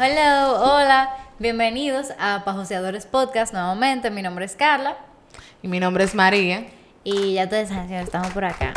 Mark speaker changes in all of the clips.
Speaker 1: Hola, bienvenidos a Pajoseadores Podcast nuevamente. Mi nombre es Carla.
Speaker 2: Y mi nombre es María.
Speaker 1: Y ya ustedes saben, estamos por acá.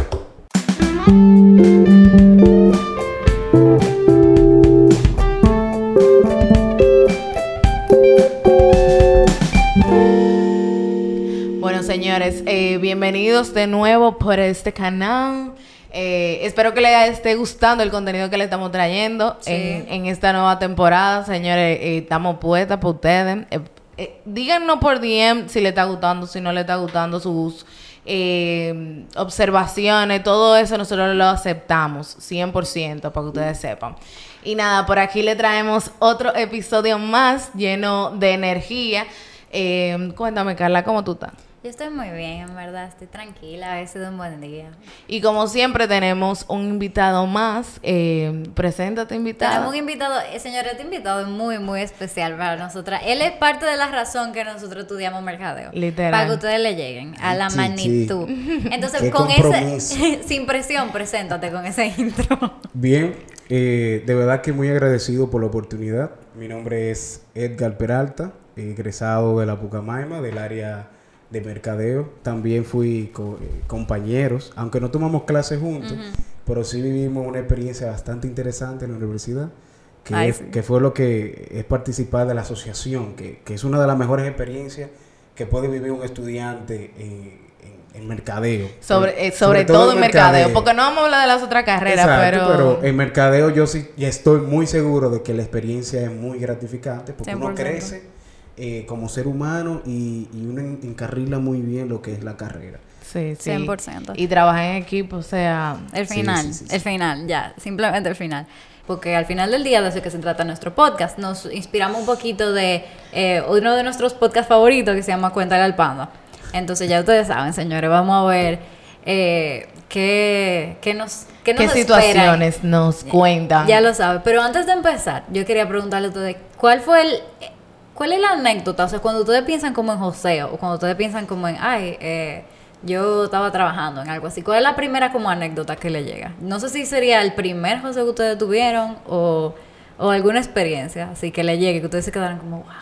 Speaker 2: Bueno, señores, bienvenidos de nuevo por este canal. Espero que les esté gustando el contenido que le estamos trayendo en esta nueva temporada. Señores, estamos puestas por ustedes. Díganos por DM si les está gustando, si no les está gustando, sus observaciones, todo eso nosotros lo aceptamos 100% para que ustedes sepan. Y nada, por aquí le traemos otro episodio más lleno de energía. Cuéntame, Carla, ¿cómo tú estás?
Speaker 1: Yo estoy muy bien, en verdad, estoy tranquila, ha sido un buen día.
Speaker 2: Y como siempre tenemos un invitado más. Preséntate, invitado.
Speaker 1: Tenemos un invitado, señora, este invitado es muy, muy especial para nosotras. Él es parte de la razón que nosotros estudiamos mercadeo.
Speaker 2: Literal.
Speaker 1: Para que ustedes le lleguen a la magnitud. Entonces, con ese, sin presión, preséntate con ese intro.
Speaker 3: Bien, de verdad que muy agradecido por la oportunidad. Mi nombre es Edgar Peralta, egresado de la Pucamaima, del área de mercadeo. También fui compañeros, aunque no tomamos clases juntos, pero sí vivimos una experiencia bastante interesante en la universidad, que fue lo que es participar de la asociación, que es una de las mejores experiencias que puede vivir un estudiante en mercadeo.
Speaker 2: Sobre todo en mercadeo, porque no vamos a hablar de las otras carreras.
Speaker 3: Exacto, pero en mercadeo yo sí estoy muy seguro de que la experiencia es muy gratificante, porque 100%. Uno crece como ser humano y uno encarrila muy bien lo que es la carrera.
Speaker 2: Sí,
Speaker 1: 100%.
Speaker 2: Y trabajar en equipo, o sea...
Speaker 1: El final, el final, ya, simplemente el final. Porque al final del día, de eso que se trata nuestro podcast, nos inspiramos un poquito de uno de nuestros podcasts favoritos que se llama Cuéntale al Panda. Entonces ya ustedes saben, señores, vamos a ver qué
Speaker 2: situaciones nos cuentan.
Speaker 1: Ya lo saben. Pero antes de empezar, yo quería preguntarle a ustedes, ¿cuál es la anécdota? O sea, cuando ustedes piensan como en joseo, o cuando ustedes piensan como en, yo estaba trabajando en algo así, ¿cuál es la primera como anécdota que le llega? No sé si sería el primer joseo que ustedes tuvieron o alguna experiencia así que le llegue, que ustedes se quedaran como, wow.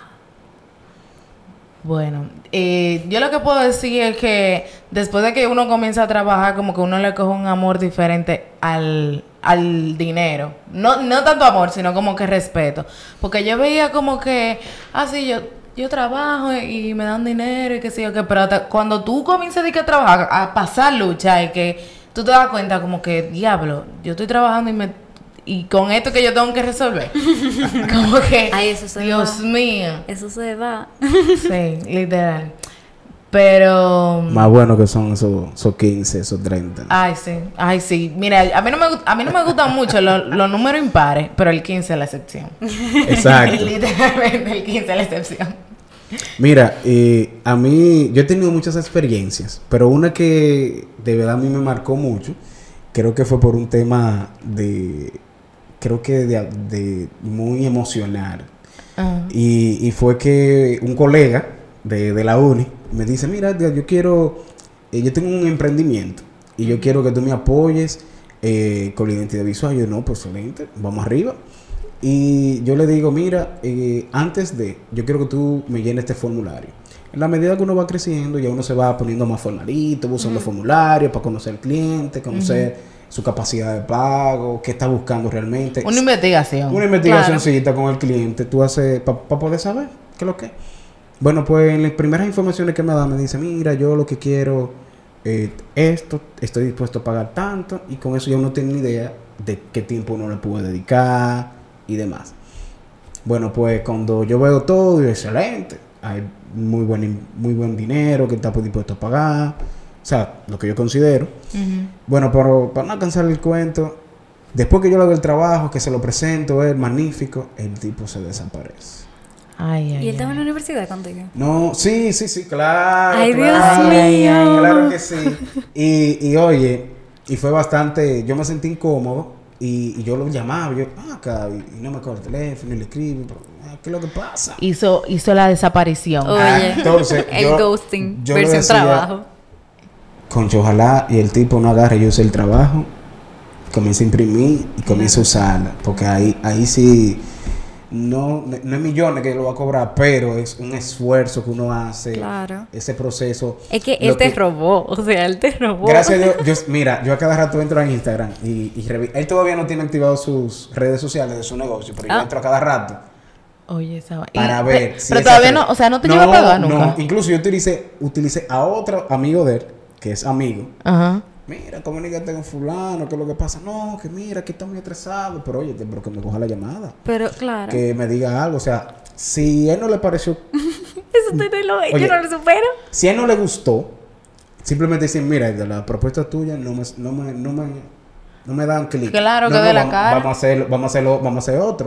Speaker 2: Bueno, yo lo que puedo decir es que después de que uno comienza a trabajar, como que uno le coge un amor diferente al dinero. No tanto amor, sino como que respeto. Porque yo veía como que, yo trabajo y me dan dinero y qué sé yo qué, pero cuando tú comienzas a trabajar, a pasar lucha y que tú te das cuenta como que, diablo, yo estoy trabajando y con esto que yo tengo que resolver. Como que,
Speaker 1: eso se
Speaker 2: Dios
Speaker 1: va.
Speaker 2: mío.
Speaker 1: Eso se va.
Speaker 2: Sí, literal. Pero...
Speaker 3: Más bueno que son esos 15, esos 30.
Speaker 2: Ay, sí. Mira, a mí no me gustan mucho los números impares, pero el 15 es la excepción.
Speaker 3: Exacto.
Speaker 2: Literalmente el 15 es la excepción.
Speaker 3: Mira, a mí... Yo he tenido muchas experiencias, pero una que de verdad a mí me marcó mucho, creo que fue por un tema de muy emocional. Uh-huh. Y fue que un colega de la uni me dice, mira, yo tengo un emprendimiento y yo quiero que tú me apoyes con la identidad visual. Yo, no, pues excelente, vamos arriba. Y yo le digo, mira, yo quiero que tú me llenes este formulario. En la medida que uno va creciendo, ya uno se va poniendo más formalito, usando formularios para conocer al cliente, conocer su capacidad de pago, qué está buscando realmente.
Speaker 2: Una investigación.
Speaker 3: Una investigacióncita con el cliente, tú haces para poder saber qué es lo que es. Bueno, pues en las primeras informaciones que me da, me dice, mira, yo lo que quiero esto, estoy dispuesto a pagar tanto, y con eso ya uno tiene una idea de qué tiempo uno le puede dedicar y demás. Bueno, pues cuando yo veo todo, digo, excelente, hay muy buen dinero que está dispuesto a pagar. O sea, lo que yo considero. Uh-huh. Bueno, pero para no cansar el cuento, después que yo le hago el trabajo, que se lo presento, es magnífico, el tipo se desaparece.
Speaker 1: ¿Y él estaba en la universidad contigo?
Speaker 3: No, sí, claro.
Speaker 1: ¡Ay,
Speaker 3: claro,
Speaker 1: Dios mío!
Speaker 3: Claro que sí. Y oye, y fue bastante, yo me sentí incómodo y yo lo llamaba, acá, y no me coge el teléfono y le escribo, ¿qué es lo que pasa?
Speaker 2: Hizo la desaparición.
Speaker 1: Oye,
Speaker 3: entonces,
Speaker 1: el ghosting, versión trabajo.
Speaker 3: Concho, ojalá y el tipo no agarre y use el trabajo, comience a imprimir y comience a usarla, porque ahí sí no es millones que lo va a cobrar, pero es un esfuerzo que uno hace.
Speaker 1: Claro.
Speaker 3: Ese proceso.
Speaker 1: Es que
Speaker 3: Lo
Speaker 1: él te robó, o sea, él te robó.
Speaker 3: Gracias a Dios, mira, yo a cada rato entro en Instagram él todavía no tiene activado sus redes sociales de su negocio, pero yo entro a cada rato
Speaker 2: Oye, esa va-
Speaker 3: para
Speaker 2: y-
Speaker 3: ver
Speaker 2: Pero
Speaker 3: esa
Speaker 2: todavía
Speaker 3: red-
Speaker 2: no, o sea, no te lleva a pagar nunca.
Speaker 3: No, incluso yo utilicé a otro amigo de él, que es amigo.
Speaker 2: Ajá.
Speaker 3: Mira, comunícate con fulano, ¿qué es lo que pasa? No, que mira, que está muy estresado, pero oye, pero que me coja la llamada.
Speaker 1: Pero claro.
Speaker 3: Que me diga algo, o sea, si a él no le pareció,
Speaker 1: Eso te lo
Speaker 3: Oye.
Speaker 1: yo no lo supero.
Speaker 3: si a él no le gustó, simplemente decir, mira, de la propuesta tuya no me dan clic.
Speaker 2: Claro, que de la cara.
Speaker 3: Vamos a hacer otro.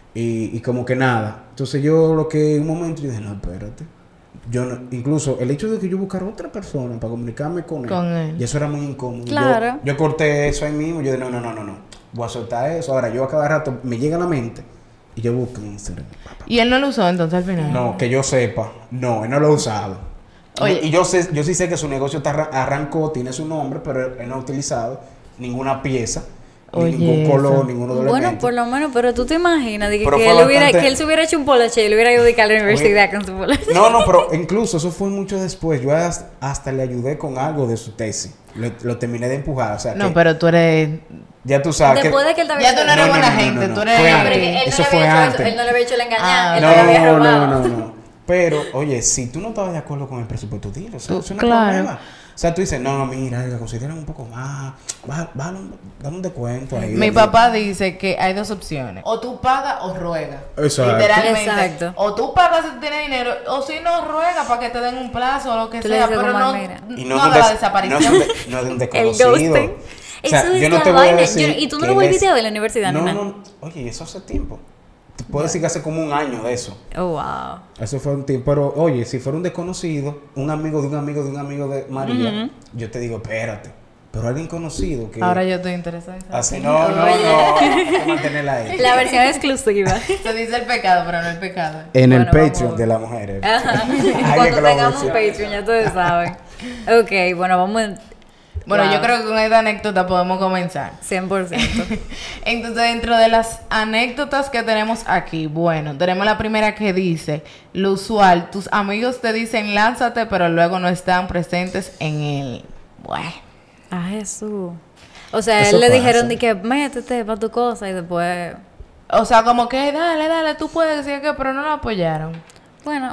Speaker 3: Y como que nada. Entonces yo lo que en un momento yo dije, no, espérate. Yo no, incluso el hecho de que yo buscara otra persona para comunicarme con él. Y eso era muy incómodo.
Speaker 1: Claro.
Speaker 3: Yo corté eso ahí mismo. Yo dije, no. Voy a soltar eso. Ahora yo a cada rato me llega a la mente y yo busco en Instagram.
Speaker 2: ¿Y él no lo usó entonces al final?
Speaker 3: No, que yo sepa. No, él no lo ha usado.
Speaker 2: Oye.
Speaker 3: Y yo sí sé que su negocio arrancó, tiene su nombre, pero él no ha utilizado ninguna pieza, ni
Speaker 2: Oye,
Speaker 3: ningún color,
Speaker 2: eso.
Speaker 3: ninguno de los
Speaker 1: Bueno,
Speaker 3: elementos.
Speaker 1: por lo menos, pero tú te imaginas de que,
Speaker 3: Pero
Speaker 1: que
Speaker 3: fue
Speaker 1: él hubiera,
Speaker 3: bastante-
Speaker 1: que él se hubiera hecho un poloche y le hubiera ido a la universidad con su poloche.
Speaker 3: No, pero incluso eso fue mucho después. Yo hasta le ayudé con algo de su tesis. Lo terminé de empujar. O sea,
Speaker 2: No,
Speaker 3: que
Speaker 2: pero tú eres...
Speaker 3: ya tú sabes
Speaker 1: Después de que él te
Speaker 2: Ya tú no eres
Speaker 3: No,
Speaker 2: buena
Speaker 3: no, no,
Speaker 2: gente,
Speaker 3: no,
Speaker 2: tú
Speaker 3: no.
Speaker 2: eres...
Speaker 3: Fue
Speaker 1: Pero
Speaker 3: antes.
Speaker 1: que él no
Speaker 3: Eso
Speaker 1: le
Speaker 3: fue
Speaker 1: había hecho
Speaker 3: antes.
Speaker 1: eso, él no le había hecho la engañada,
Speaker 2: Ah,
Speaker 1: él no le había robado.
Speaker 3: No. Pero, oye, si tú no estabas de acuerdo con el presupuesto, dilo. O sea, eso no es
Speaker 2: Claro.
Speaker 3: problema. O sea, tú dices, no, mira, consideran un poco más. Dame un descuento ahí.
Speaker 2: Mi papá dice que hay dos opciones. O tú pagas o ruegas.
Speaker 3: Exacto.
Speaker 2: Literalmente.
Speaker 1: Exacto.
Speaker 2: O tú pagas si tienes dinero, o si no ruegas para que te den un plazo o lo que
Speaker 1: Tú le
Speaker 2: sea.
Speaker 1: dices
Speaker 2: Pero
Speaker 1: como,
Speaker 2: no,
Speaker 1: mira.
Speaker 3: Y
Speaker 2: no haga la desaparición.
Speaker 3: No es de un
Speaker 1: El
Speaker 3: desconocido.
Speaker 1: ghosting.
Speaker 3: O sea,
Speaker 1: Eso es
Speaker 3: yo no
Speaker 1: la
Speaker 3: te voy a
Speaker 1: vaina.
Speaker 3: decir
Speaker 1: Y tú no
Speaker 3: que
Speaker 1: lo
Speaker 3: él
Speaker 1: volviste
Speaker 3: es-
Speaker 1: a ver en la universidad,
Speaker 3: No,
Speaker 1: ni
Speaker 3: no,
Speaker 1: nada.
Speaker 3: oye, eso hace tiempo. Te puedo decir que hace como un año de eso.
Speaker 1: Oh, wow.
Speaker 3: Eso fue un tiempo. Pero, oye, si fuera un desconocido, un amigo de un amigo de un amigo de María, yo te digo, espérate. Pero alguien conocido que...
Speaker 2: Ahora yo estoy interesada.
Speaker 3: Así, no. Hay que mantenerla ahí.
Speaker 1: La versión exclusiva.
Speaker 2: Se dice el pecado, pero no el pecado.
Speaker 3: En el
Speaker 1: Bueno, vamos.
Speaker 3: Patreon de las mujeres.
Speaker 1: Ajá.
Speaker 3: Ahí es
Speaker 1: Cuando
Speaker 3: que lo
Speaker 1: tengamos
Speaker 3: vamos a
Speaker 1: Patreon, ya ustedes saben. Ok, bueno, vamos en
Speaker 2: Bueno,
Speaker 1: Wow.
Speaker 2: yo creo que con esta anécdota podemos comenzar.
Speaker 1: 100%.
Speaker 2: Entonces, dentro de las anécdotas que tenemos aquí, bueno, tenemos la primera que dice, lo usual, tus amigos te dicen lánzate, pero luego no están presentes en él. Bueno,
Speaker 1: A Jesús. O sea,
Speaker 3: Eso
Speaker 1: él le
Speaker 3: pasa.
Speaker 1: dijeron de que métete para tu cosa y después...
Speaker 2: o sea, como que dale, tú puedes decir que, pero no lo apoyaron.
Speaker 1: Bueno,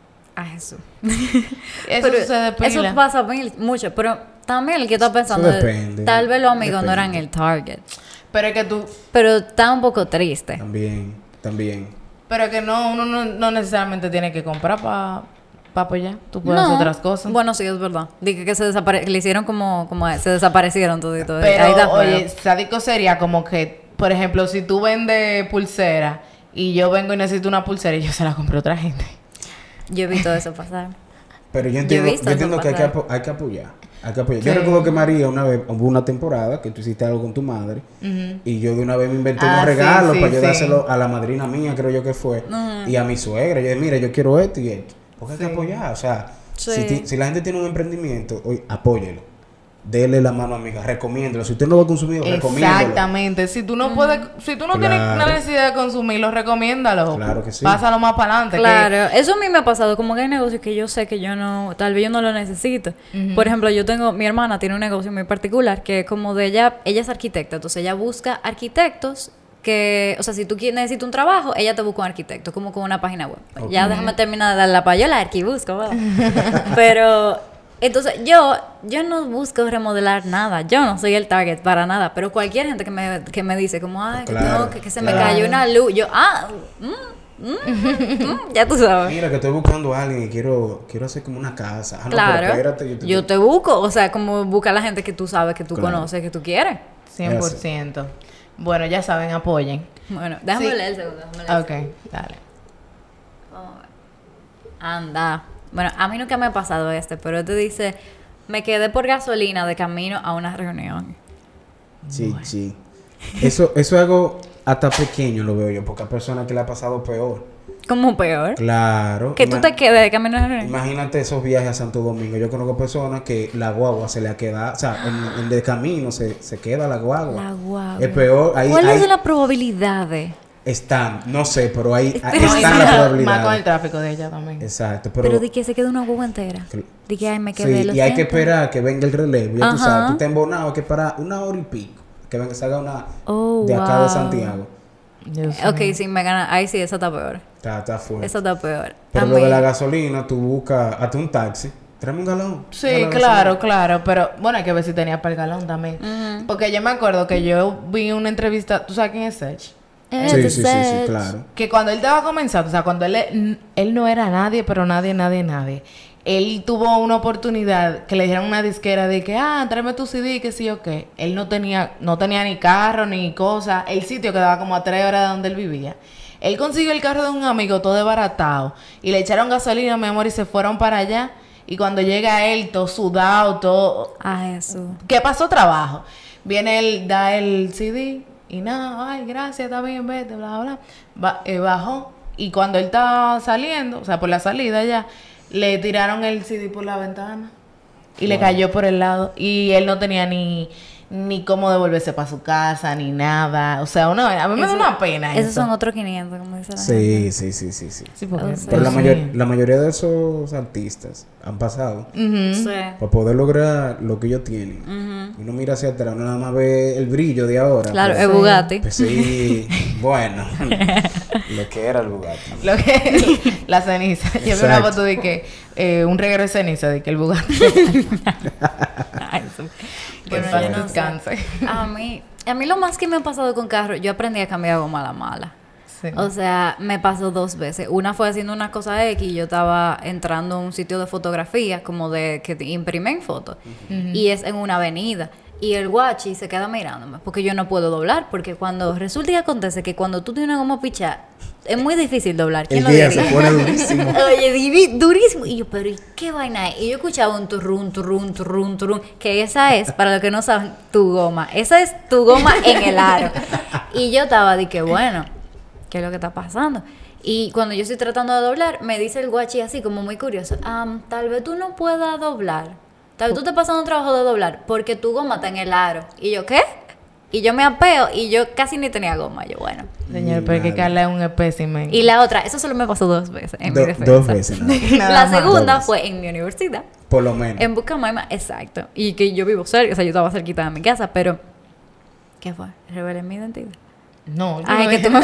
Speaker 1: a Jesús.
Speaker 2: Eso
Speaker 1: Pero
Speaker 2: sucede pila.
Speaker 1: eso pasa mucho, pero también el que está pensando,
Speaker 3: Eso depende.
Speaker 1: tal vez los amigos no eran
Speaker 3: Depende.
Speaker 1: el target.
Speaker 2: Pero es que tú,
Speaker 1: Pero está un poco triste.
Speaker 3: También.
Speaker 2: pero que no, uno no necesariamente tiene que comprar para apoyar. Tú puedes hacer otras cosas.
Speaker 1: Bueno, sí, es verdad. Dije que le hicieron como se desaparecieron todito. Ahí
Speaker 2: Pero,
Speaker 1: está feo.
Speaker 2: oye, sádico sería como que, por ejemplo, si tú vendes pulsera y yo vengo y necesito una pulsera y yo se la compré a otra gente.
Speaker 1: Yo he visto eso pasar.
Speaker 3: Pero yo
Speaker 1: Yo he
Speaker 3: entiendo,
Speaker 1: visto
Speaker 3: yo entiendo
Speaker 1: eso
Speaker 3: que hay que,
Speaker 1: pasar.
Speaker 3: hay que apoyar. Hay que apoyar. Yo recuerdo que María una vez, hubo una temporada que tú hiciste algo con tu madre y yo de una vez me inventé
Speaker 2: Ah,
Speaker 3: unos
Speaker 2: sí,
Speaker 3: regalos
Speaker 2: sí,
Speaker 3: para yo
Speaker 2: sí.
Speaker 3: dárselo a la madrina mía, creo yo que fue, y a mi suegra. Yo dije, mira, yo quiero esto y esto. Porque hay que apoyar. O sea,
Speaker 1: Sí.
Speaker 3: si la gente tiene un emprendimiento, oye, apóyelo. Dele la mano amiga, recomiéndelo. Si usted no lo ha consumido, recomiéndelo.
Speaker 2: Exactamente. Si tú no puedes, si tú no tienes
Speaker 3: Claro.
Speaker 2: la necesidad de consumirlo, recomiéndalo.
Speaker 3: Claro que sí.
Speaker 2: Pásalo más para adelante.
Speaker 1: Claro, eso a mí me ha pasado, como que hay negocios que yo sé que yo no, tal vez yo no lo necesito. Por ejemplo, mi hermana tiene un negocio muy particular que es como de ella es arquitecta, entonces ella busca arquitectos que, o sea, si tú necesitas un trabajo, ella te busca un arquitecto, como con una página web. Ya déjame terminar de dar la payola, arquibusco, ¿verdad? Pero, entonces, yo no busco remodelar nada, yo no soy el target para nada, pero cualquier gente que me dice como, ay, que,
Speaker 3: Claro,
Speaker 1: tengo que se me
Speaker 3: claro.
Speaker 1: cayó una luz, yo, ya tú sabes.
Speaker 3: Mira, que estoy buscando a alguien y quiero hacer como una casa. Ah, no, pero
Speaker 1: Claro,
Speaker 3: espérate,
Speaker 1: yo te busco, o sea, como busca a la gente que tú sabes, que tú
Speaker 3: Claro.
Speaker 1: conoces, que tú quieres.
Speaker 2: 100%. Bueno, ya saben, apoyen.
Speaker 1: Bueno, déjame
Speaker 2: Sí.
Speaker 1: leer el segundo. déjame leer el
Speaker 2: Ok, dale.
Speaker 1: Vamos a ver. Anda. Bueno, a mí nunca me ha pasado pero este dice, me quedé por gasolina de camino a una reunión.
Speaker 3: Sí, sí. Eso es algo hasta pequeño, lo veo yo, porque hay personas que le ha pasado peor.
Speaker 1: Como peor.
Speaker 3: Claro.
Speaker 1: Que tú te quedes de camino a una reunión.
Speaker 3: Imagínate esos viajes a Santo Domingo. Yo conozco personas que la guagua se le ha quedado, o sea, en el camino se queda la guagua.
Speaker 1: La guagua.
Speaker 3: Es peor. Ahí,
Speaker 1: ¿Cuáles
Speaker 3: ahí-
Speaker 1: son las probabilidades?
Speaker 3: Están, no sé, pero ahí
Speaker 1: Pero
Speaker 3: están las
Speaker 2: Más con el
Speaker 3: probabilidades.
Speaker 2: tráfico de ella también.
Speaker 3: Exacto,
Speaker 1: Pero di que se queda una guagua entera. Di que, ay, me quedé,
Speaker 3: sí,
Speaker 1: lo
Speaker 3: y hay que
Speaker 1: siento.
Speaker 3: esperar que venga el relevo. Ya tú
Speaker 1: Ajá.
Speaker 3: sabes, tú estás embonado, hay que esperar 1 hora y pico. Que venga, salga una
Speaker 1: Oh,
Speaker 3: de acá
Speaker 1: wow.
Speaker 3: de Santiago.
Speaker 2: Dios
Speaker 1: Ok,
Speaker 2: mío.
Speaker 1: sí, me gana. Ahí sí, esa está peor.
Speaker 3: Está fuerte.
Speaker 1: Esa está peor.
Speaker 3: Pero
Speaker 1: A
Speaker 3: lo de
Speaker 1: mí-
Speaker 3: la gasolina, tú buscas hasta un taxi. Tráeme un galón.
Speaker 2: Sí,
Speaker 3: Galón de
Speaker 2: claro,
Speaker 3: gasolina.
Speaker 2: claro, pero bueno, hay que ver si tenía para el galón también.
Speaker 1: Ujú.
Speaker 2: Porque yo me acuerdo que yo vi una entrevista, ¿tú sabes quién es Sech?
Speaker 3: Sí, sí, sí, sí, claro.
Speaker 2: Que cuando él estaba comenzando, o sea, cuando él no era nadie, pero nadie, él tuvo una oportunidad que le dieron una disquera de que, tráeme tu CD, que sí o qué. Él no tenía ni carro ni cosa. El sitio quedaba como a 3 horas de donde él vivía. Él consiguió el carro de un amigo todo desbaratado y le echaron gasolina, mi amor, y se fueron para allá. Y cuando llega él, todo sudado, todo...
Speaker 1: Ah, eso.
Speaker 2: ¿Qué pasó? Trabajo. Viene él, da el CD y nada, ay, gracias, está bien, vete, bla, bla. Bajó y cuando él estaba saliendo, o sea, por la salida ya, le tiraron el CD por la ventana y le cayó por el lado y él no tenía ni cómo devolverse para su casa, ni nada. O sea, a mí me da una pena
Speaker 1: Esos
Speaker 2: eso.
Speaker 1: son otros 500, como dice la gente.
Speaker 3: Sí.
Speaker 2: Sí, porque...
Speaker 1: O sea,
Speaker 3: Pero
Speaker 2: Dios mío.
Speaker 3: la mayoría de esos artistas han pasado
Speaker 2: Ujú.
Speaker 1: Sí.
Speaker 3: para poder lograr lo que ellos tienen.
Speaker 1: Ujú.
Speaker 3: Uno mira hacia atrás, uno nada más ve el brillo de ahora.
Speaker 1: Claro,
Speaker 3: Pues,
Speaker 1: es Bugatti.
Speaker 3: pues sí, bueno, lo que era el Bugatti.
Speaker 2: Lo que la ceniza. Yo vi una
Speaker 3: Exacto.
Speaker 2: foto de que un regreso de ceniza de que el Bugatti
Speaker 1: Ay, eso.
Speaker 2: que en
Speaker 1: Bueno,
Speaker 2: paz
Speaker 1: yo no sé.
Speaker 2: descanse.
Speaker 1: A mí lo más que me ha pasado con carro, yo aprendí a cambiar goma a la mala.
Speaker 2: Sí.
Speaker 1: O sea, me pasó 2 veces. Una fue haciendo una cosa X y yo estaba entrando a un sitio de fotografía, como de que te imprimen fotos. Y es en una avenida. Y el guachi se queda mirándome, porque yo no puedo doblar, porque cuando resulta y acontece que cuando tú tienes una goma pichada, es muy difícil doblar. ¿Quién
Speaker 3: El
Speaker 1: lo
Speaker 3: día se
Speaker 1: diría?
Speaker 3: pone durísimo.
Speaker 1: Oye, durísimo. Y yo, pero ¿y qué vaina es? Y yo escuchaba un turrún, turrún, turrún, turrún. Que esa es, para los que no saben, tu goma. Esa es tu goma en el aro. Y yo estaba de que, bueno, ¿qué es lo que está pasando? Y cuando yo estoy tratando de doblar, me dice el guachi así, como muy curioso. Tal vez tú no puedas doblar. Tal vez tú estés pasando un trabajo de doblar porque tu goma está en el aro. Y yo, ¿qué? Y yo me apeo y yo casi ni tenía goma. Yo, bueno.
Speaker 2: Señor, pero es que
Speaker 3: Madre.
Speaker 2: Carla es un espécimen.
Speaker 1: Y la otra, eso solo me pasó 2 veces en mi defensa.
Speaker 3: 2 veces, nada más.
Speaker 2: Nada
Speaker 1: La
Speaker 2: más.
Speaker 1: segunda
Speaker 3: 2
Speaker 1: fue en mi universidad,
Speaker 3: Por lo menos.
Speaker 1: en Bucamaima, exacto. Y que yo vivo cerca, o sea, yo estaba cerquita de mi casa, pero... ¿Qué fue? Revelé mi identidad.
Speaker 2: No, yo
Speaker 1: Ay,
Speaker 2: no
Speaker 1: que
Speaker 2: dije-
Speaker 1: tú me...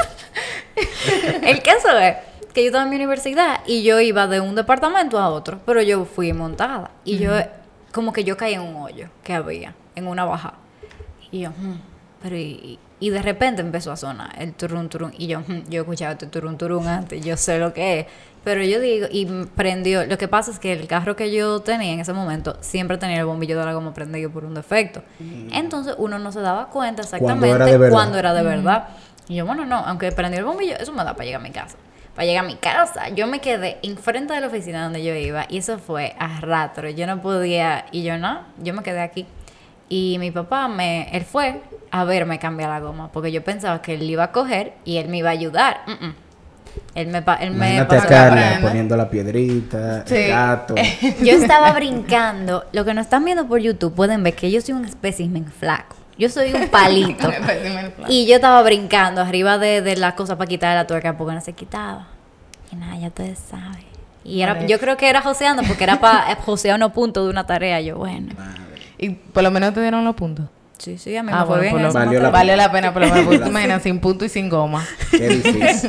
Speaker 1: El caso es que yo estaba en mi universidad y yo iba de un departamento a otro, pero yo fui montada. Y yo, como que yo caí en un hoyo que había, en una bajada. Y yo, pero y de repente empezó a sonar el turun turun. Y yo escuchaba este turun turun antes, yo sé lo que es. Pero yo digo, y prendió. Lo que pasa es que el carro que yo tenía en ese momento siempre tenía el bombillo de la goma prendido por un defecto. Entonces uno no se daba cuenta exactamente
Speaker 3: Cuando era de verdad.
Speaker 1: cuándo era de verdad. Y yo, bueno, no, aunque prendió el bombillo, eso me da para llegar a mi casa. Para llegar a mi casa, yo me quedé enfrente de la oficina donde yo iba y eso fue a rato. Yo no podía, y yo no, yo me quedé aquí. Y mi papá, él fue a verme cambiar la goma, porque yo pensaba que él iba a coger y él me iba a ayudar. Él me
Speaker 3: Imagínate a
Speaker 1: pasó
Speaker 3: Carla
Speaker 2: prenda.
Speaker 3: poniendo la piedrita,
Speaker 2: Sí.
Speaker 3: el gato.
Speaker 1: Yo estaba brincando. Lo que no están viendo por YouTube pueden ver que yo soy un espécimen flaco. Yo soy un palito.
Speaker 2: Un espécimen flaco.
Speaker 1: Y yo estaba brincando arriba de la cosa para quitar la tuerca porque no se quitaba. Y nada, ya ustedes saben. Y era, yo creo que era joseando porque era para josear unos puntos de una tarea. Yo, bueno.
Speaker 2: Y por lo menos te dieron los puntos.
Speaker 1: Sí, a mí me fue bien.
Speaker 2: por
Speaker 1: en
Speaker 2: lo
Speaker 1: esa
Speaker 3: valió
Speaker 1: materia.
Speaker 2: vale la pena, por lo menos, porque tú imaginas, sin punto y sin goma.
Speaker 3: Qué difícil.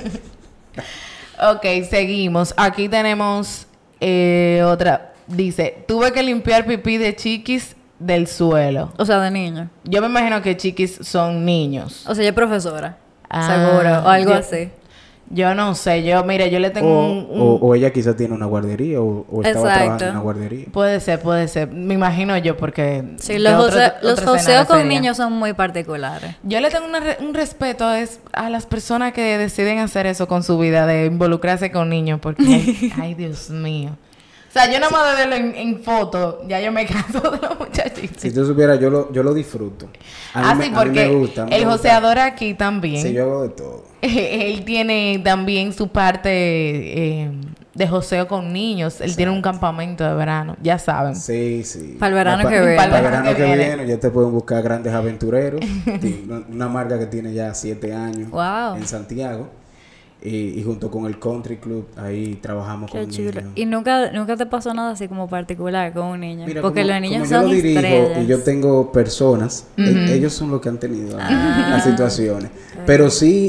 Speaker 2: Ok, seguimos. Aquí tenemos otra. Dice, tuve que limpiar pipí de chiquis del suelo.
Speaker 1: O sea, de niño.
Speaker 2: Yo me imagino que chiquis son niños.
Speaker 1: O sea, yo profesora.
Speaker 2: Ah,
Speaker 1: Seguro. O algo
Speaker 2: yo-
Speaker 1: así.
Speaker 2: Yo no sé, mira, yo le tengo
Speaker 3: O ella quizás tiene una guardería o estaba
Speaker 1: Exacto.
Speaker 3: trabajando en una guardería.
Speaker 2: Puede ser. Me imagino yo porque...
Speaker 1: Sí,
Speaker 2: ¿qué
Speaker 1: los,
Speaker 2: otro-
Speaker 1: los
Speaker 2: otro
Speaker 1: joseos
Speaker 2: escenario
Speaker 1: con
Speaker 2: sería?
Speaker 1: niños son muy particulares.
Speaker 2: Yo le tengo un respeto a las personas que deciden hacer eso con su vida, de involucrarse con niños, porque, ay, Dios mío. O sea, yo nada más de verlo en foto, ya yo me canso de los muchachitos.
Speaker 3: Si tú supieras, yo lo disfruto. A mí
Speaker 2: Sí,
Speaker 3: me- a mí
Speaker 2: porque
Speaker 3: me gusta. a mí me
Speaker 2: el
Speaker 3: gusta.
Speaker 2: joseador aquí también,
Speaker 3: Sí, yo hago de todo.
Speaker 2: él tiene también su parte de joseo con niños. Él tiene un campamento de verano, ya saben.
Speaker 3: Sí, sí.
Speaker 1: Para el verano
Speaker 3: Pa-
Speaker 1: que viene.
Speaker 3: Para el verano que viene ya te pueden buscar Grandes Aventureros. Una marca que tiene ya 7 años
Speaker 1: Wow.
Speaker 3: en Santiago. Y junto con el Country Club, ahí trabajamos
Speaker 1: Qué
Speaker 3: con
Speaker 1: chulo.
Speaker 3: niños.
Speaker 1: ¿Y nunca te pasó nada así como particular con un niño?
Speaker 3: Mira,
Speaker 1: Porque
Speaker 3: como-
Speaker 1: los niños
Speaker 3: como yo
Speaker 1: son
Speaker 3: lo dirijo
Speaker 1: estrellas.
Speaker 3: y yo tengo personas, ellos son los que han tenido las situaciones. Pero sí,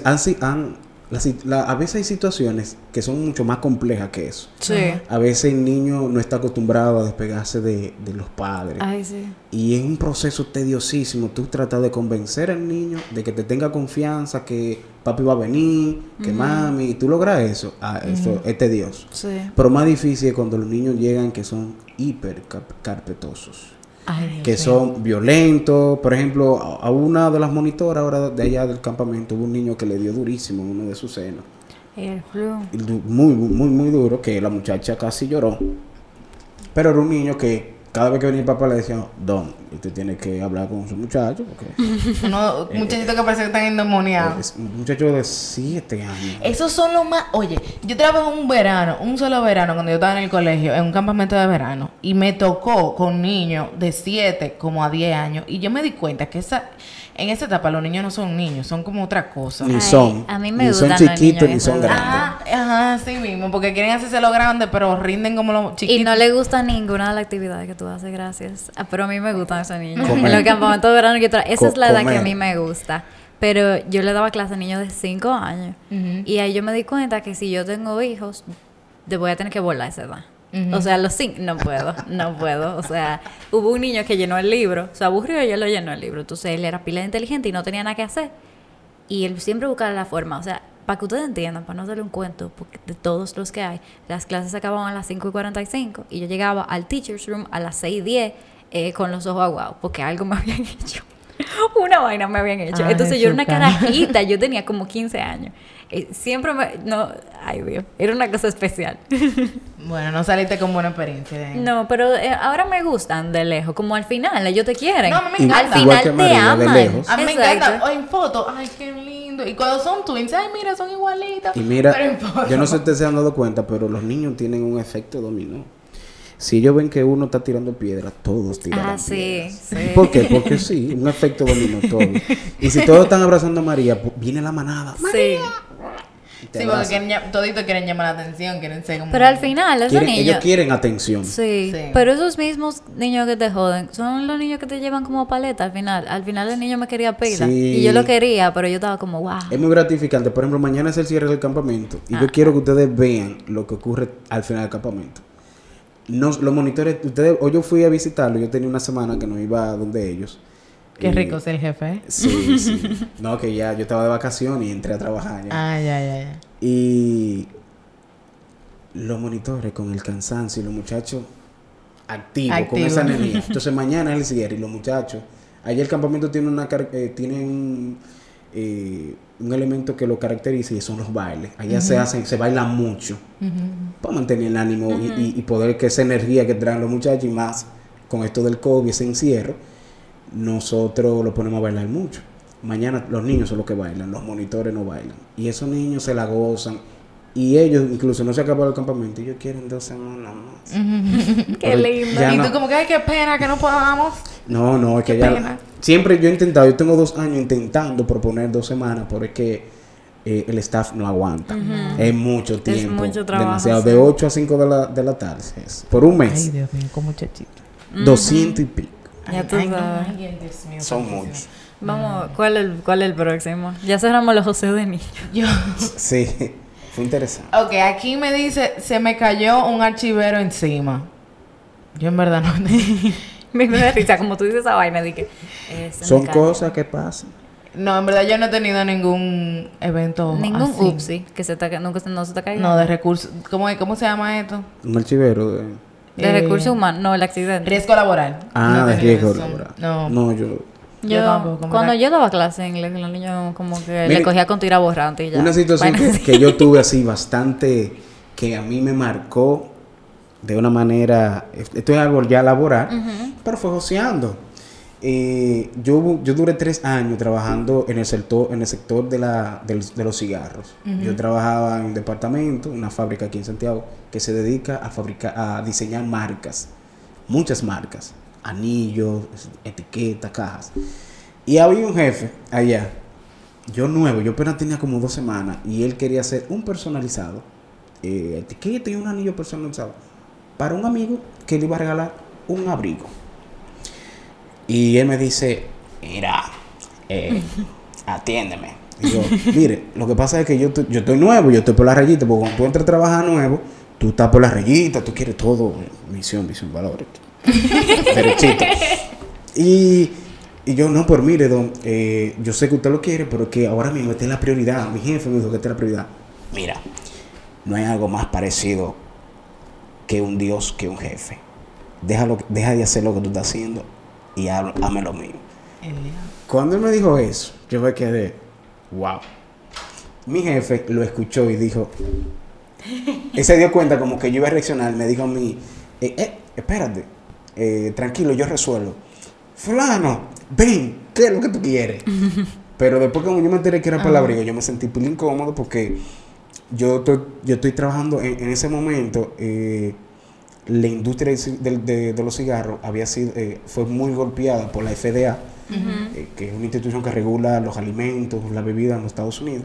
Speaker 3: a veces hay situaciones que son mucho más complejas que eso.
Speaker 1: Sí.
Speaker 3: A veces el niño no está acostumbrado a despegarse de los padres.
Speaker 1: Ay, sí.
Speaker 3: Y es un proceso tediosísimo. Tú tratas de convencer al niño de que te tenga confianza, que papi va a venir, que mami, y tú logras eso. Eso es tedioso.
Speaker 1: Sí.
Speaker 3: Pero más difícil es cuando los niños llegan que son hiper carpetosos,
Speaker 2: Ay, Dios
Speaker 3: que
Speaker 2: mío.
Speaker 3: son violentos. Por ejemplo, a una de las monitoras ahora de allá del campamento hubo un niño que le dio durísimo en uno de sus senos.
Speaker 1: El flu.
Speaker 3: Y muy duro, que la muchacha casi lloró. Pero era un niño que cada vez que venía el papá le decía, Don, usted tiene que hablar con su muchacho, porque
Speaker 2: Unos muchachitos que parece que están endemoniados.
Speaker 3: es un muchacho de 7 años.
Speaker 2: Esos son los más... Oye, yo trabajé un solo verano, cuando yo estaba en el colegio, en un campamento de verano. Y me tocó con niños de 7 como a 10 años. Y yo me di cuenta que en esa etapa los niños no son niños, son como otra cosa.
Speaker 3: Ni
Speaker 1: Ay,
Speaker 3: son.
Speaker 1: a mí me
Speaker 3: ni son
Speaker 1: gustan los
Speaker 3: chiquitos
Speaker 1: niños
Speaker 3: ni
Speaker 1: de
Speaker 3: son
Speaker 1: esa edad.
Speaker 3: grandes.
Speaker 2: Ajá, así mismo, porque quieren hacerse lo grande, pero rinden como los chiquitos.
Speaker 1: Y no le gusta ninguna de las actividades que tú haces, gracias. Pero a mí me gustan esos niños.
Speaker 3: Comer.
Speaker 1: En los campamentos de verano que esa es la edad que a
Speaker 3: Comer.
Speaker 1: mí me gusta. Pero yo le daba clase a niños de 5 años.
Speaker 2: Ujú.
Speaker 1: Y ahí yo me di cuenta que si yo tengo hijos, te voy a tener que volar esa edad.
Speaker 2: Ujú.
Speaker 1: O sea, los 5, no puedo. O sea, hubo un niño que llenó el libro, se aburrió y él lo llenó el libro. Entonces él era pila de inteligente y no tenía nada que hacer. Y él siempre buscaba la forma, o sea, para que ustedes entiendan, para no hacerle un cuento, porque de todos los que hay, las clases se acababan a las 5:45 y yo llegaba al teacher's room a las 6:10 con los ojos aguados, porque algo me habían hecho. Una vaina me habían hecho.
Speaker 2: Ay,
Speaker 1: Entonces yo era una
Speaker 2: Zucca.
Speaker 1: carajita, yo tenía como 15 años. Siempre ay Dios, era una cosa especial.
Speaker 2: Bueno, no saliste con buena experiencia de ahí.
Speaker 1: No, pero ahora me gustan de lejos, como al final, ellos te quieren.
Speaker 2: No, a mí me encanta.
Speaker 1: Al
Speaker 3: Igual
Speaker 1: final
Speaker 3: que
Speaker 1: te
Speaker 3: María, de
Speaker 1: aman.
Speaker 3: lejos.
Speaker 2: A mí me
Speaker 1: Exacto.
Speaker 2: encanta. O en fotos, ay, qué lindo. Y cuando son twins, ay, mira, son igualitos.
Speaker 3: Y mira,
Speaker 2: Pero en fotos.
Speaker 3: yo no sé si ustedes se han dado cuenta, pero los niños tienen un efecto dominó. Si ellos ven que uno está tirando piedras, todos tiran
Speaker 1: Ah, sí,
Speaker 3: piedras.
Speaker 1: sí.
Speaker 3: ¿Por qué? Porque sí, un efecto dominó todo. Y si todos están abrazando a María, pues viene la manada.
Speaker 1: Sí.
Speaker 3: y te
Speaker 2: Sí, porque
Speaker 3: abrazan.
Speaker 2: toditos quieren llamar la atención, quieren ser como...
Speaker 1: Pero al final, esos
Speaker 3: Ellos
Speaker 1: niños.
Speaker 3: quieren atención.
Speaker 1: Sí,
Speaker 2: Sí.
Speaker 1: pero esos mismos niños que te joden son los niños que te llevan como paleta al final. Al final el niño me quería pila.
Speaker 3: Sí.
Speaker 1: Y yo lo quería, pero yo estaba como, wow.
Speaker 3: Es muy gratificante. Por ejemplo, mañana es el cierre del campamento. Y yo quiero que ustedes vean lo que ocurre al final del campamento. Los monitores, hoy yo fui a visitarlo. Yo tenía una semana que no iba a donde ellos.
Speaker 2: Qué
Speaker 3: Y-
Speaker 2: rico es el jefe, ¿eh?
Speaker 3: Sí, sí. No, que ya yo estaba de vacaciones y entré a trabajar ya.
Speaker 2: Ah, ya.
Speaker 3: Y los monitores con el cansancio y los muchachos activos, con
Speaker 2: Activos.
Speaker 3: esa energía. Entonces mañana es el cierre y los muchachos. Allí el campamento tiene un elemento que lo caracteriza y son los bailes. Allá se baila mucho para mantener el ánimo y poder que esa energía que traen los muchachos y más con esto del COVID, ese encierro, nosotros lo ponemos a bailar mucho. Mañana los niños son los que bailan, los monitores no bailan. Y esos niños se la gozan. Y ellos incluso no se acabó el campamento. Ellos quieren 2 semanas más.
Speaker 1: Qué
Speaker 3: Pero
Speaker 1: lindo.
Speaker 3: ya
Speaker 2: Y
Speaker 3: no.
Speaker 2: tú como que, ay, qué pena que no podamos.
Speaker 3: No, es que
Speaker 2: Qué
Speaker 3: ya...
Speaker 2: pena.
Speaker 3: Siempre yo he intentado, yo tengo 2 años intentando proponer 2 semanas, pero es que el staff no aguanta. Es mucho tiempo.
Speaker 1: mucho trabajo,
Speaker 3: demasiado.
Speaker 1: sí.
Speaker 3: De 8 a 5 de la tarde. Por un
Speaker 2: Ay,
Speaker 3: mes.
Speaker 2: Dios mío, con muchachito.
Speaker 3: 200 y pico.
Speaker 1: Ya tú
Speaker 2: Ay, no,
Speaker 1: sabes.
Speaker 2: ay, Dios mío,
Speaker 3: Son
Speaker 2: santísimo.
Speaker 3: muchos.
Speaker 1: Vamos, ¿cuál es el próximo? Ya cerramos los joseos de niños.
Speaker 2: Yo...
Speaker 3: Sí, fue interesante.
Speaker 2: Ok, aquí me dice, se me cayó un archivero encima. Yo en verdad no...
Speaker 1: Me da risa, como tú dices esa vaina, dije.
Speaker 3: Son cosas que pasan.
Speaker 2: No, en verdad yo no he tenido ningún evento
Speaker 1: Ningún
Speaker 2: así.
Speaker 1: upsi que nunca no se te caiga.
Speaker 2: No, de recursos. ¿Cómo se llama esto?
Speaker 3: Un archivero de...
Speaker 1: De recursos humanos, no, el accidente.
Speaker 2: Riesgo laboral.
Speaker 3: Ah,
Speaker 2: No he
Speaker 3: de
Speaker 2: tenido
Speaker 3: riesgo
Speaker 2: eso.
Speaker 3: laboral.
Speaker 2: No.
Speaker 3: No, yo...
Speaker 2: Yo tampoco,
Speaker 1: Cuando
Speaker 2: ¿verdad?
Speaker 1: yo daba clase de inglés, los niños como que
Speaker 3: Mire,
Speaker 1: le cogía con tira borrante y ya.
Speaker 3: Una situación
Speaker 1: Vaina así.
Speaker 3: que yo tuve así bastante, que a mí me marcó de una manera, esto es algo ya laboral, pero fue joseando. yo duré 3 años trabajando en el sector de los cigarros. Yo trabajaba en un departamento, una fábrica aquí en Santiago, que se dedica a diseñar marcas, muchas marcas, anillos, etiquetas, cajas. Y había un jefe allá, yo apenas tenía como 2 semanas, y él quería hacer un personalizado, etiqueta y un anillo personalizado, para un amigo que le iba a regalar un abrigo. Y él me dice, mira, atiéndeme. Y yo, mire, lo que pasa es que yo estoy nuevo, yo estoy por la rayita, porque cuando tú entras a trabajar nuevo, tú estás por la rayita, tú quieres todo, misión, valores, derechito. Y yo, no, pues mire, don, yo sé que usted lo quiere, pero que ahora mismo esta es la prioridad. Mi jefe me dijo que esta es la prioridad. Mira, no hay algo más parecido que un Dios que un jefe. Deja de hacer lo que tú estás haciendo y hazme lo mío. Cuando él me dijo eso, yo me quedé, wow. Mi jefe lo escuchó y dijo, él se dio cuenta como que yo iba a reaccionar. Me dijo a mí, espérate, tranquilo, yo resuelvo. Fulano, ven, ¿qué es lo que tú quieres? Pero después cuando yo me enteré que era para el abrigo, yo me sentí muy incómodo porque yo estoy trabajando en ese momento. La industria de los cigarros fue muy golpeada por la FDA, que es una institución que regula los alimentos, la bebida en los Estados Unidos,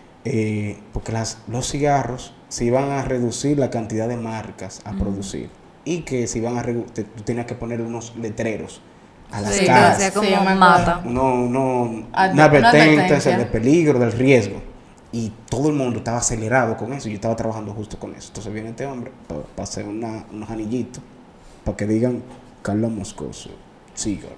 Speaker 3: porque los cigarros se iban a reducir la cantidad de marcas a producir, y que se iban tú tenías que poner unos letreros a las casas,
Speaker 1: como mata.
Speaker 3: Una advertencia del peligro, del riesgo. Y todo el mundo estaba acelerado con eso. Yo estaba trabajando justo con eso. Entonces viene este hombre para hacer unos anillitos, para que digan Carlos Moscoso, cigarro.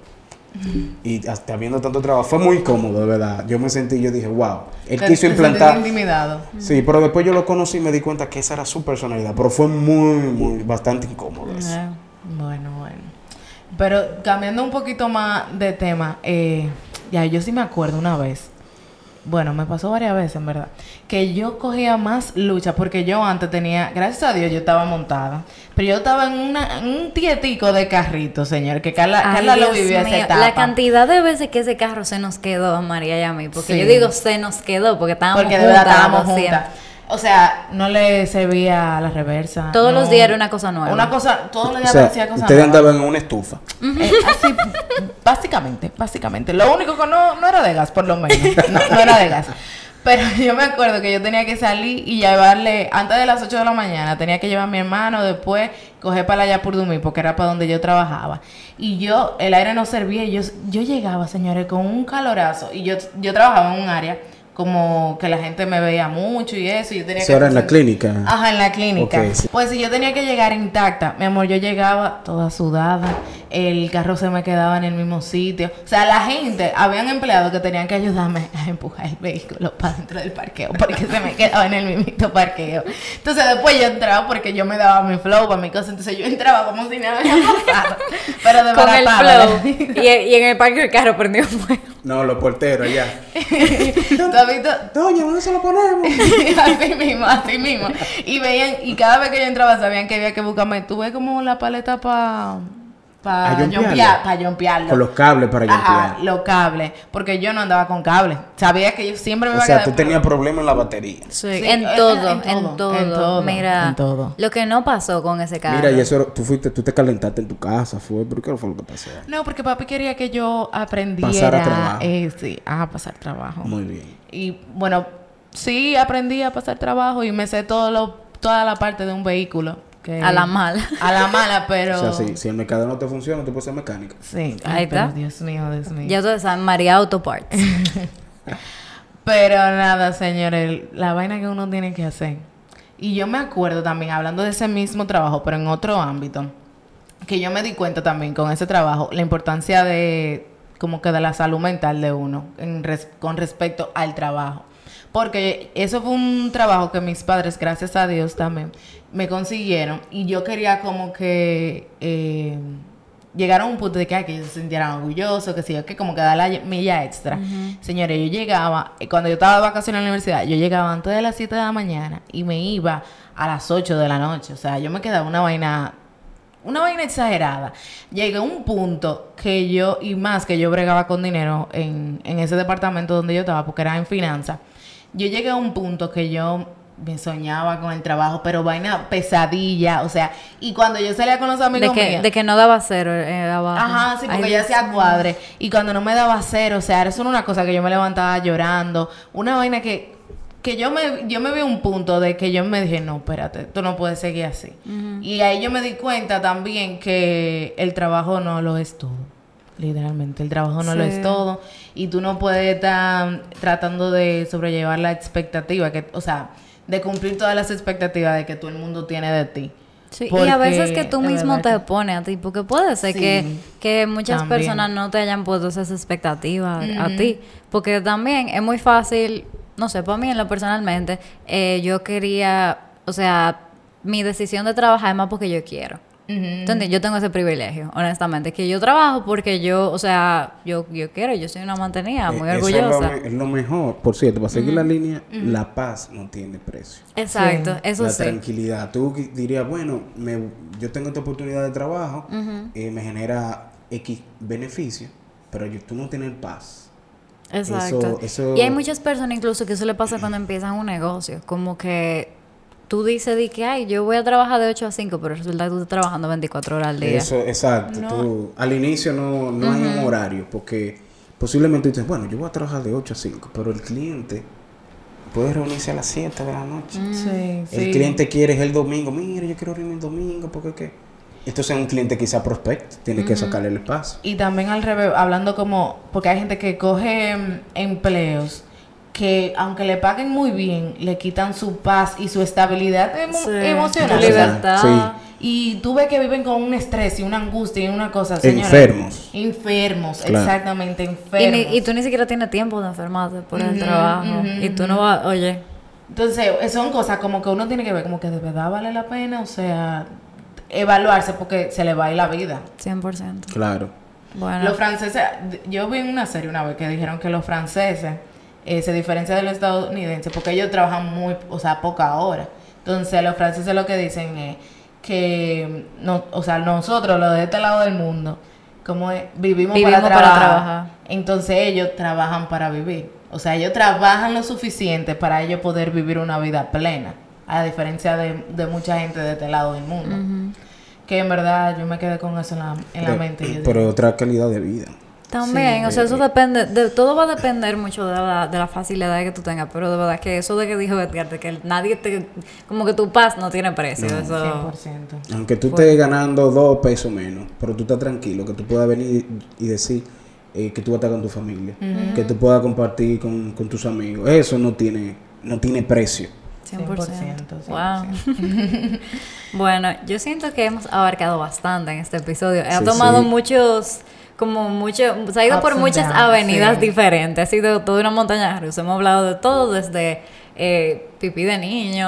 Speaker 3: Y hasta viendo tanto trabajo, fue muy cómodo, de verdad. Yo me sentí, yo dije, wow. Él quiso implantar.
Speaker 2: Intimidado.
Speaker 3: Sí, pero después yo lo conocí y me di cuenta que esa era su personalidad. Pero fue bastante incómodo eso.
Speaker 2: Bueno. Pero cambiando un poquito más de tema, ya yo sí me acuerdo una vez. Bueno, me pasó varias veces, en verdad, que yo cogía más lucha, porque yo antes tenía, gracias a Dios, yo estaba montada, pero yo estaba en un tietico de carrito, señor, que Carla lo vivió esa etapa.
Speaker 1: La cantidad de veces que ese carro se nos quedó a María y a mí, porque yo digo se nos quedó, porque estábamos juntas.
Speaker 2: Porque de verdad estábamos juntas. O sea, no le servía la reversa.
Speaker 1: Todos los días era una cosa nueva.
Speaker 2: Todos los días hacía cosas nuevas.
Speaker 3: Ustedes andaban en una estufa.
Speaker 2: Así, básicamente. Lo único que no era de gas, por lo menos. No era de gas. Pero yo me acuerdo que yo tenía que salir y llevarle, antes de las 8 de la mañana, tenía que llevar a mi hermano, después coger para allá por Dumí, porque era para donde yo trabajaba. Y el aire no servía, y yo llegaba, señores, con un calorazo. Y yo trabajaba en un área como que la gente me veía mucho y eso, y yo tenía
Speaker 3: que... ¿Eso era en la clínica?
Speaker 2: Ajá, en la clínica.
Speaker 3: Okay, sí.
Speaker 2: Pues si yo tenía que llegar intacta, mi amor, yo llegaba toda sudada, el carro se me quedaba en el mismo sitio. O sea, la gente, habían empleados que tenían que ayudarme a empujar el vehículo para dentro del parqueo, porque se me quedaba en el mismito parqueo. Entonces después yo entraba, porque yo me daba mi flow para mi cosa, entonces yo entraba como si nada había pasado. Pero de
Speaker 1: con el flow. Y en el parque del carro prendió fuego.
Speaker 3: No, los porteros allá.
Speaker 2: Doña, ¿dónde se lo ponemos? así mismo. Y veían, y cada vez que yo entraba sabían que había que buscarme. Tuve como la paleta para jompearlo.
Speaker 3: Con los cables para jompear.
Speaker 2: Ajá, los cables. Porque yo no andaba con cables. Sabía que yo siempre me iba a quedar.
Speaker 3: O sea, tú tenías problemas en la batería.
Speaker 1: Sí, en todo. Mira, en todo. Lo que no pasó con ese carro.
Speaker 3: Mira, y eso, tú te calentaste en tu casa, ¿por qué fue lo que pasó?
Speaker 2: No, porque papi quería que yo aprendiera.
Speaker 3: Pasar a trabajo.
Speaker 2: A pasar trabajo.
Speaker 3: Muy bien.
Speaker 2: Y bueno, sí aprendí a pasar trabajo y me sé toda la parte de un vehículo.
Speaker 1: A la mala, pero...
Speaker 3: O sea, si el mercado no te funciona, tú puedes ser mecánico.
Speaker 2: Sí.
Speaker 1: Ahí está.
Speaker 2: Dios mío.
Speaker 1: Ya ustedes saben, María Auto Parts.
Speaker 2: Pero nada, señores, la vaina que uno tiene que hacer. Y yo me acuerdo también, hablando de ese mismo trabajo, pero en otro ámbito, que yo me di cuenta también con ese trabajo, la importancia de la salud mental de uno con respecto al trabajo. Porque eso fue un trabajo que mis padres, gracias a Dios también, me consiguieron. Y yo quería como que llegar a un punto de que ellos se sintieran orgullosos, que sí, que como que da la milla extra. Señores, yo llegaba, cuando yo estaba de vacaciones en la universidad, yo llegaba antes de las 7 de la mañana y me iba a las 8 de la noche. O sea, yo me quedaba una vaina una vaina exagerada. Llegué a un punto que yo, y más que yo bregaba con dinero en ese departamento donde yo estaba, porque era en finanzas, yo llegué a un punto que yo me soñaba con el trabajo, pero vaina pesadilla, o sea, y cuando yo salía con los amigos míos...
Speaker 1: De que no daba cero abajo.
Speaker 2: Ajá, sí, porque yo hacía cuadre, y cuando no me daba cero, o sea, eso era una cosa que yo me levantaba llorando, una vaina que yo me vi un punto de que yo me dije, no, espérate, tú no puedes seguir así. Y ahí yo me di cuenta también que el trabajo no lo es todo. Literalmente, el trabajo no lo es todo. Y tú no puedes estar tratando de sobrellevar la expectativa, o sea, de cumplir todas las expectativas de que todo el mundo tiene de ti.
Speaker 1: Sí, y a veces que tú mismo te pones a ti, porque puede ser que muchas
Speaker 2: también.
Speaker 1: Personas no te hayan puesto esas expectativas a ti. Porque también es muy fácil, no sé, para mí en lo personalmente, yo quería, o sea, mi decisión de trabajar es más porque yo quiero. ¿Entiendes? Yo tengo ese privilegio, honestamente, que yo trabajo porque yo, o sea, yo quiero, yo soy una mantenida, muy orgullosa.
Speaker 3: Es lo mejor. Por cierto, para seguir la línea, la paz no tiene precio.
Speaker 1: Exacto, eso
Speaker 3: la
Speaker 1: sí.
Speaker 3: Tranquilidad. Tú dirías, bueno, yo tengo esta oportunidad de trabajo, me genera X beneficio, pero tú no tienes paz.
Speaker 1: Exacto.
Speaker 3: Eso...
Speaker 1: Y hay muchas personas incluso que eso le pasa cuando empiezan un negocio, como que tú dices que, ay, yo voy a trabajar de 8 a 5, pero resulta que tú estás trabajando 24 horas al día.
Speaker 3: Eso, exacto. Tú, al inicio no hay un horario, porque posiblemente tú dices, bueno, yo voy a trabajar de 8 a 5, pero el cliente puede reunirse a las 7 de la noche. El cliente quiere el domingo, mira, yo quiero reunirme el domingo, porque qué. Entonces un cliente quizá prospecto, tiene que sacarle el espacio.
Speaker 2: Y también al revés, hablando como, porque hay gente que coge empleos que aunque le paguen muy bien, le quitan su paz y su estabilidad emocional.
Speaker 1: Su libertad.
Speaker 2: Y tú ves que viven con un estrés y una angustia y una cosa, señora. Enfermos, claro. Exactamente, enfermos.
Speaker 1: Y tú ni siquiera tienes tiempo de enfermarte por el trabajo. Y tú no vas, oye.
Speaker 2: Entonces, son cosas como que uno tiene que ver, como que de verdad vale la pena, o sea, evaluarse porque se le va a ir la vida.
Speaker 1: 100%.
Speaker 3: Claro.
Speaker 1: Bueno.
Speaker 2: Los franceses, yo vi en una serie una vez que dijeron que los franceses se diferencian de los estadounidenses porque ellos trabajan poca hora. Entonces los franceses lo que dicen es que no, o sea, nosotros los de este lado del mundo, como es, vivimos para trabajar. Entonces ellos trabajan para vivir. O sea, ellos trabajan lo suficiente para ellos poder vivir una vida plena, a diferencia de mucha gente de este lado del mundo. Que en verdad yo me quedé con eso en la mente.
Speaker 3: Pero otra calidad de vida.
Speaker 1: También, o sea, eso depende, todo va a depender mucho de la facilidad que tú tengas, pero de verdad que eso de que dijo Edgar, de que como que tu paz no tiene precio,
Speaker 3: no.
Speaker 1: eso...
Speaker 2: 100%.
Speaker 3: Aunque tú estés ganando 2 pesos menos, pero tú estás tranquilo, que tú puedas venir y decir que tú vas a estar con tu familia, que tú puedas compartir con tus amigos, eso no tiene precio.
Speaker 1: 100%. Wow. Bueno, yo siento que hemos abarcado bastante en este episodio. He tomado se ha ido por muchas avenidas diferentes. Ha sido toda una montaña rusa. Hemos hablado de todo, desde pipí de niño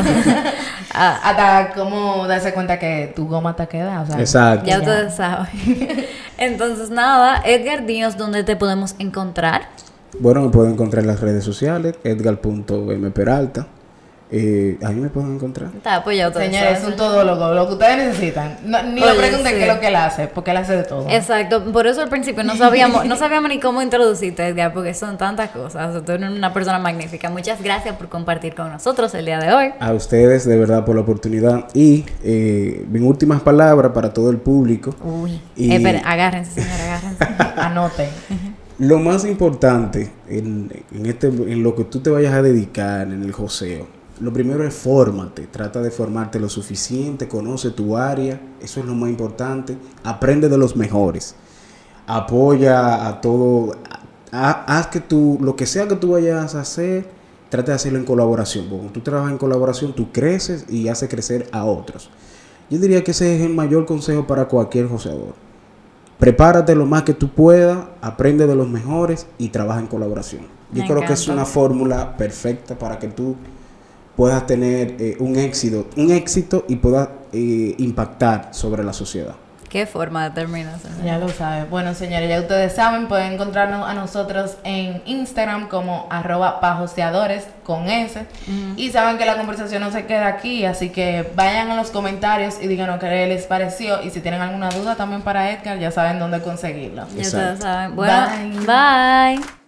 Speaker 2: hasta cómo darse cuenta que tu goma te queda. O sea,
Speaker 3: exacto.
Speaker 1: Ya ustedes saben. Entonces, nada, Edgar, dinos dónde te podemos encontrar.
Speaker 3: Bueno, me pueden encontrar en las redes sociales, edgar.mperalta. Ahí me pueden encontrar.
Speaker 1: Pues ya
Speaker 2: señores, es un todólogo, lo que ustedes necesitan. Ni le pregunten qué es lo que él hace, porque él hace de todo.
Speaker 1: Exacto, por eso al principio no sabíamos ni cómo introducirte, Edgar, porque son tantas cosas. O sea, tú eres una persona magnífica. Muchas gracias por compartir con nosotros el día de hoy.
Speaker 3: A ustedes, de verdad, por la oportunidad. Y mis últimas palabras para todo el público.
Speaker 1: Uy, esperen, agárrense, señora, agárrense.
Speaker 2: Anoten.
Speaker 3: Lo más importante en lo que tú te vayas a dedicar en el joseo, lo primero es fórmate, trata de formarte lo suficiente, conoce tu área, eso es lo más importante, aprende de los mejores, apoya a todo, haz que lo que sea que tú vayas a hacer, trata de hacerlo en colaboración, porque cuando tú trabajas en colaboración tú creces y haces crecer a otros. Yo diría que ese es el mayor consejo para cualquier joseador. Prepárate lo más que tú puedas, aprende de los mejores y trabaja en colaboración. Yo creo que es una fórmula perfecta para que tú puedas tener un éxito y puedas impactar sobre la sociedad.
Speaker 1: ¿Qué forma determina eso?
Speaker 2: Ya lo sabes. Bueno, señores, ya ustedes saben, pueden encontrarnos a nosotros en Instagram como @pajoseadores con S. Y saben que la conversación no se queda aquí, así que vayan a los comentarios y díganos qué les pareció. Y si tienen alguna duda también para Edgar, ya saben dónde conseguirlo.
Speaker 1: Ya
Speaker 3: Exacto.
Speaker 1: ustedes saben. Bueno, bye.